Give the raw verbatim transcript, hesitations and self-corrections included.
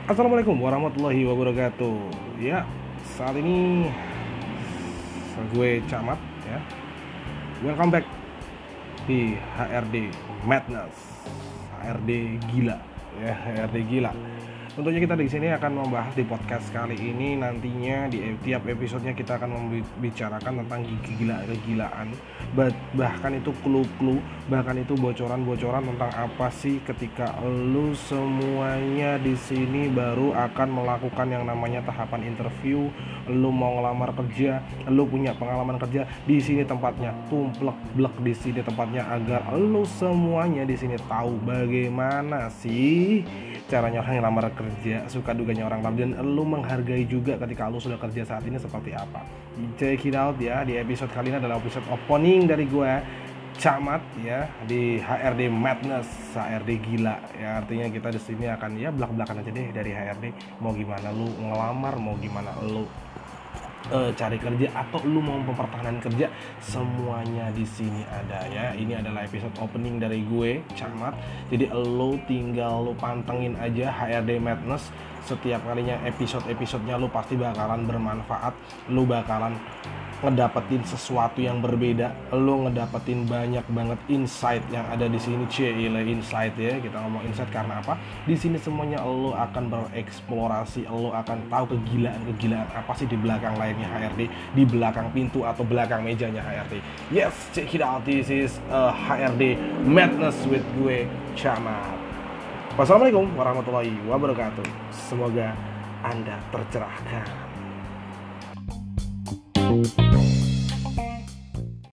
Assalamualaikum warahmatullahi wabarakatuh. Ya, saat ini gue Camat ya. Welcome back di H R D Madness, H R D gila ya, H R D gila. Tentunya kita di sini akan membahas di podcast kali ini, nantinya di tiap episodenya kita akan membicarakan tentang gila-kegilaan, bahkan itu clue-clue, bahkan itu bocoran-bocoran tentang apa sih ketika lu semuanya di sini baru akan melakukan yang namanya tahapan interview. Lu mau ngelamar kerja, lu punya pengalaman kerja, di sini tempatnya, tumplek-blek di sini tempatnya, agar lu semuanya di sini tahu bagaimana sih caranya orang yang lamar kerja, suka duganya orang lamar, dan lu menghargai juga ketika lu sudah kerja saat ini seperti apa. Check it out ya, di episode kali ini adalah episode opening dari gue Camat ya, di H R D Madness, H R D gila ya. Artinya kita di sini akan ya belak-belakan aja deh dari H R D, mau gimana lu ngelamar, mau gimana lu Uh, cari kerja, atau lu mau mempertahankan kerja, semuanya di sini ada ya. Ini adalah episode opening dari gue Camat. Jadi lu tinggal lu pantengin aja H R D Madness. Setiap kalinya episode-episodenya lu pasti bakalan bermanfaat. Lu bakalan ngedapetin sesuatu yang berbeda, lu ngedapetin banyak banget insight yang ada di sini. Cile insight ya, kita ngomong insight karena apa? Di sini semuanya lu akan bereksplorasi, lu akan tahu kegilaan-kegilaan apa sih di belakang layarnya H R D, di belakang pintu atau belakang mejanya H R D. Yes, check it out. This is uh, H R D Madness with gue Camat. Wassalamualaikum warahmatullahi wabarakatuh. Semoga Anda tercerahkan. Thank you.